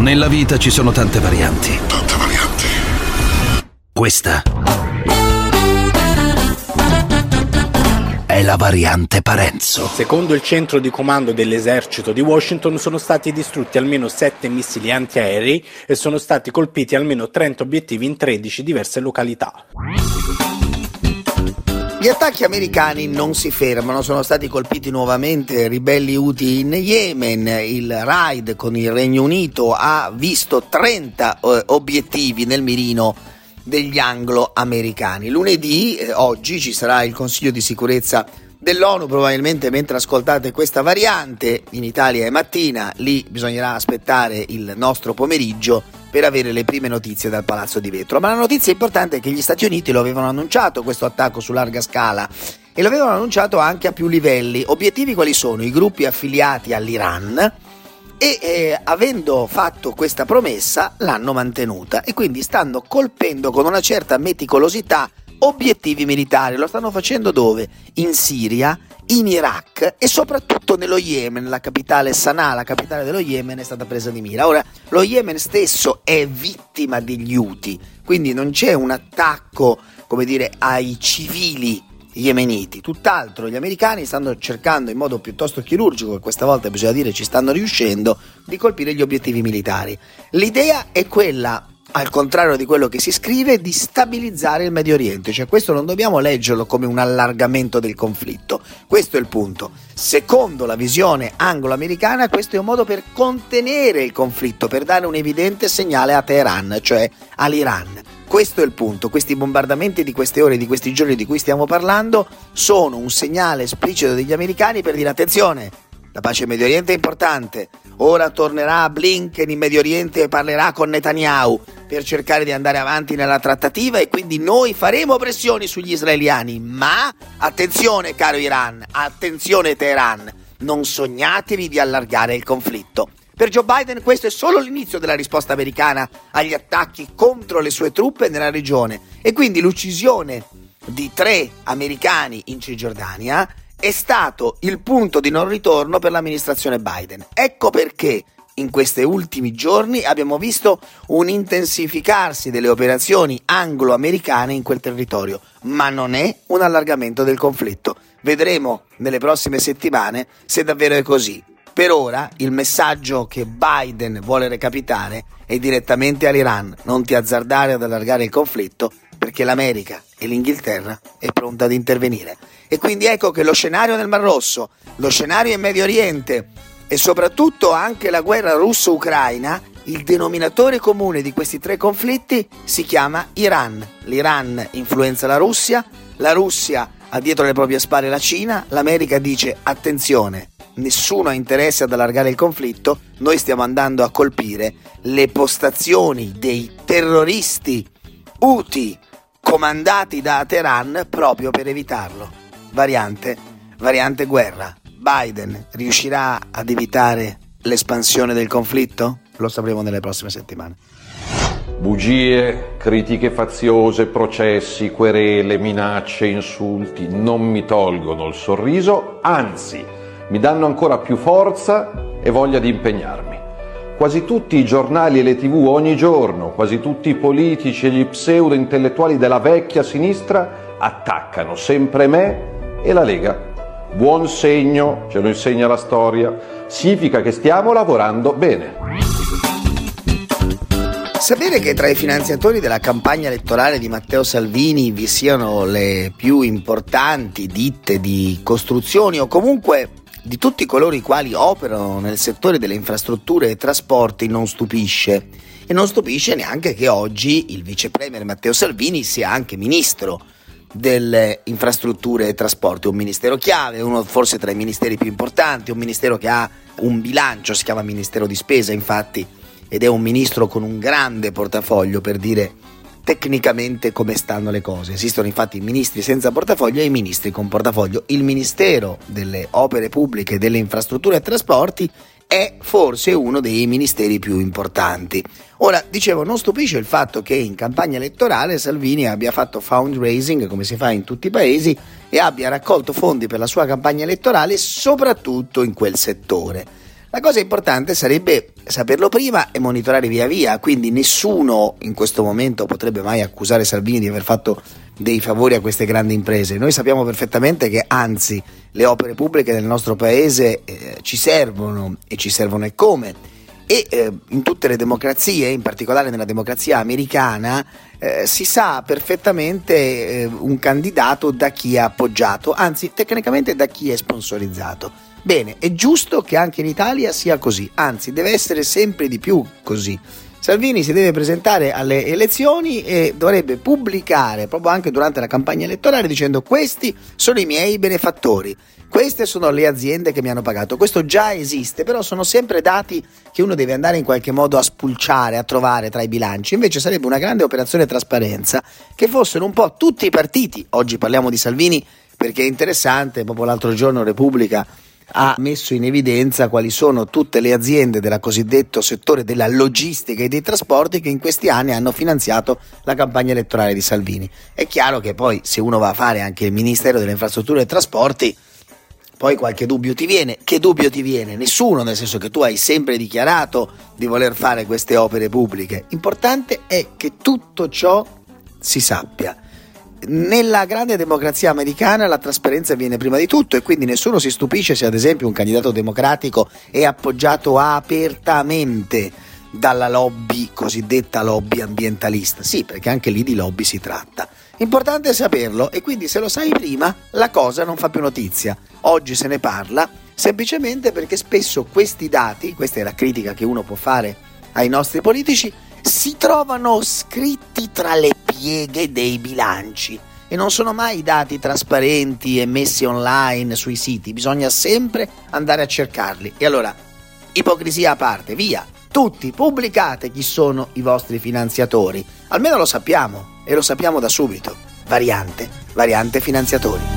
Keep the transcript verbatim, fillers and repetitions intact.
Nella vita ci sono tante varianti. Tante varianti. Questa è la variante Parenzo. Secondo il centro di comando dell'esercito di Washington sono stati distrutti almeno sette missili antiaerei e sono stati colpiti almeno trenta obiettivi in tredici diverse località. Gli attacchi americani non si fermano, sono stati colpiti nuovamente ribelli Houthi in Yemen. Il raid con il Regno Unito ha visto trenta eh, obiettivi nel mirino degli anglo-americani. Lunedì, eh, oggi, ci sarà il Consiglio di sicurezza dell'ONU, probabilmente mentre ascoltate questa variante. In Italia è mattina, lì bisognerà aspettare il nostro pomeriggio per avere le prime notizie dal Palazzo di Vetro. Ma la notizia importante è che gli Stati Uniti lo avevano annunciato questo attacco su larga scala e lo avevano annunciato anche a più livelli. Obiettivi quali sono? I gruppi affiliati all'Iran e eh, avendo fatto questa promessa l'hanno mantenuta e quindi stanno colpendo con una certa meticolosità obiettivi militari. Lo stanno facendo dove? In Siria, in Iraq e soprattutto nello Yemen. La capitale Sana'a, la capitale dello Yemen, è stata presa di mira. Ora, lo Yemen stesso è vittima degli Houthi, quindi non c'è un attacco, come dire, ai civili yemeniti, tutt'altro. Gli americani stanno cercando in modo piuttosto chirurgico, e questa volta bisogna dire ci stanno riuscendo, di colpire gli obiettivi militari. L'idea è quella, al contrario di quello che si scrive, di stabilizzare il Medio Oriente, cioè questo non dobbiamo leggerlo come un allargamento del conflitto, questo è il punto. Secondo la visione anglo-americana questo è un modo per contenere il conflitto, per dare un evidente segnale a Teheran, cioè all'Iran. Questo è il punto. Questi bombardamenti di queste ore, di questi giorni di cui stiamo parlando, sono un segnale esplicito degli americani per dire attenzione, la pace in Medio Oriente è importante, ora tornerà Blinken in Medio Oriente e parlerà con Netanyahu per cercare di andare avanti nella trattativa e quindi noi faremo pressioni sugli israeliani, ma attenzione caro Iran, attenzione Teheran, non sognatevi di allargare il conflitto. Per Joe Biden questo è solo l'inizio della risposta americana agli attacchi contro le sue truppe nella regione e quindi l'uccisione di tre americani in Cisgiordania è stato il punto di non ritorno per l'amministrazione Biden. Ecco perché in questi ultimi giorni abbiamo visto un intensificarsi delle operazioni anglo-americane in quel territorio, ma non è un allargamento del conflitto. Vedremo nelle prossime settimane se davvero è così. Per ora il messaggio che Biden vuole recapitare è direttamente all'Iran: non ti azzardare ad allargare il conflitto perché l'America e l'Inghilterra è pronta ad intervenire. E quindi ecco che lo scenario nel Mar Rosso, lo scenario in Medio Oriente e soprattutto anche la guerra russo-ucraina, il denominatore comune di questi tre conflitti si chiama Iran. L'Iran influenza la Russia, la Russia ha dietro le proprie spalle la Cina, l'America dice attenzione, nessuno ha interesse ad allargare il conflitto, noi stiamo andando a colpire le postazioni dei terroristi Houthi comandati da Teheran proprio per evitarlo. Variante, variante guerra. Biden riuscirà ad evitare l'espansione del conflitto? Lo sapremo nelle prossime settimane. Bugie, critiche faziose, processi, querele, minacce, insulti non mi tolgono il sorriso, anzi mi danno ancora più forza e voglia di impegnarmi. Quasi tutti i giornali e le tivù ogni giorno, quasi tutti i politici e gli pseudo-intellettuali della vecchia sinistra attaccano sempre me e la Lega. Buon segno, ce lo insegna la storia, significa che stiamo lavorando bene. Sapere che tra i finanziatori della campagna elettorale di Matteo Salvini vi siano le più importanti ditte di costruzioni o comunque di tutti coloro i quali operano nel settore delle infrastrutture e trasporti non stupisce, e non stupisce neanche che oggi il vice premier Matteo Salvini sia anche ministro delle infrastrutture e trasporti, un ministero chiave, uno forse tra i ministeri più importanti, un ministero che ha un bilancio, si chiama Ministero di Spesa infatti, ed è un ministro con un grande portafoglio per dire tecnicamente come stanno le cose. Esistono infatti i ministri senza portafoglio e i ministri con portafoglio. Il Ministero delle Opere Pubbliche, delle Infrastrutture e Trasporti è forse uno dei ministeri più importanti. Ora, dicevo, non stupisce il fatto che in campagna elettorale Salvini abbia fatto fundraising, come si fa in tutti i paesi, e abbia raccolto fondi per la sua campagna elettorale soprattutto in quel settore. La cosa importante sarebbe saperlo prima e monitorare via via, quindi nessuno in questo momento potrebbe mai accusare Salvini di aver fatto dei favori a queste grandi imprese. Noi sappiamo perfettamente che anzi le opere pubbliche del nostro paese eh, ci servono e ci servono e come. E eh, in tutte le democrazie, in particolare nella democrazia americana, eh, si sa perfettamente eh, un candidato da chi è appoggiato, anzi tecnicamente da chi è sponsorizzato. Bene, è giusto che anche in Italia sia così, anzi deve essere sempre di più così. Salvini si deve presentare alle elezioni e dovrebbe pubblicare proprio anche durante la campagna elettorale dicendo: questi sono i miei benefattori, queste sono le aziende che mi hanno pagato. Questo già esiste, però sono sempre dati che uno deve andare in qualche modo a spulciare, a trovare tra i bilanci. Invece sarebbe una grande operazione trasparenza che fossero un po' tutti i partiti. Oggi parliamo di Salvini perché è interessante, proprio l'altro giorno Repubblica ha messo in evidenza quali sono tutte le aziende del cosiddetto settore della logistica e dei trasporti che in questi anni hanno finanziato la campagna elettorale di Salvini. È chiaro che poi se uno va a fare anche il Ministero delle Infrastrutture e Trasporti, poi qualche dubbio ti viene. Che dubbio ti viene? Nessuno, nel senso che tu hai sempre dichiarato di voler fare queste opere pubbliche. Importante è che tutto ciò si sappia. Nella grande democrazia americana la trasparenza viene prima di tutto e quindi nessuno si stupisce se ad esempio un candidato democratico è appoggiato apertamente dalla lobby, cosiddetta lobby ambientalista. Sì, perché anche lì di lobby si tratta. Importante è saperlo e quindi se lo sai prima la cosa non fa più notizia. Oggi se ne parla semplicemente perché spesso questi dati, questa è la critica che uno può fare ai nostri politici, si trovano scritti tra le pieghe dei bilanci e non sono mai dati trasparenti e messi online sui siti, bisogna sempre andare a cercarli. E allora, ipocrisia a parte, via, tutti pubblicate chi sono i vostri finanziatori, almeno lo sappiamo e lo sappiamo da subito. Variante, variante finanziatori.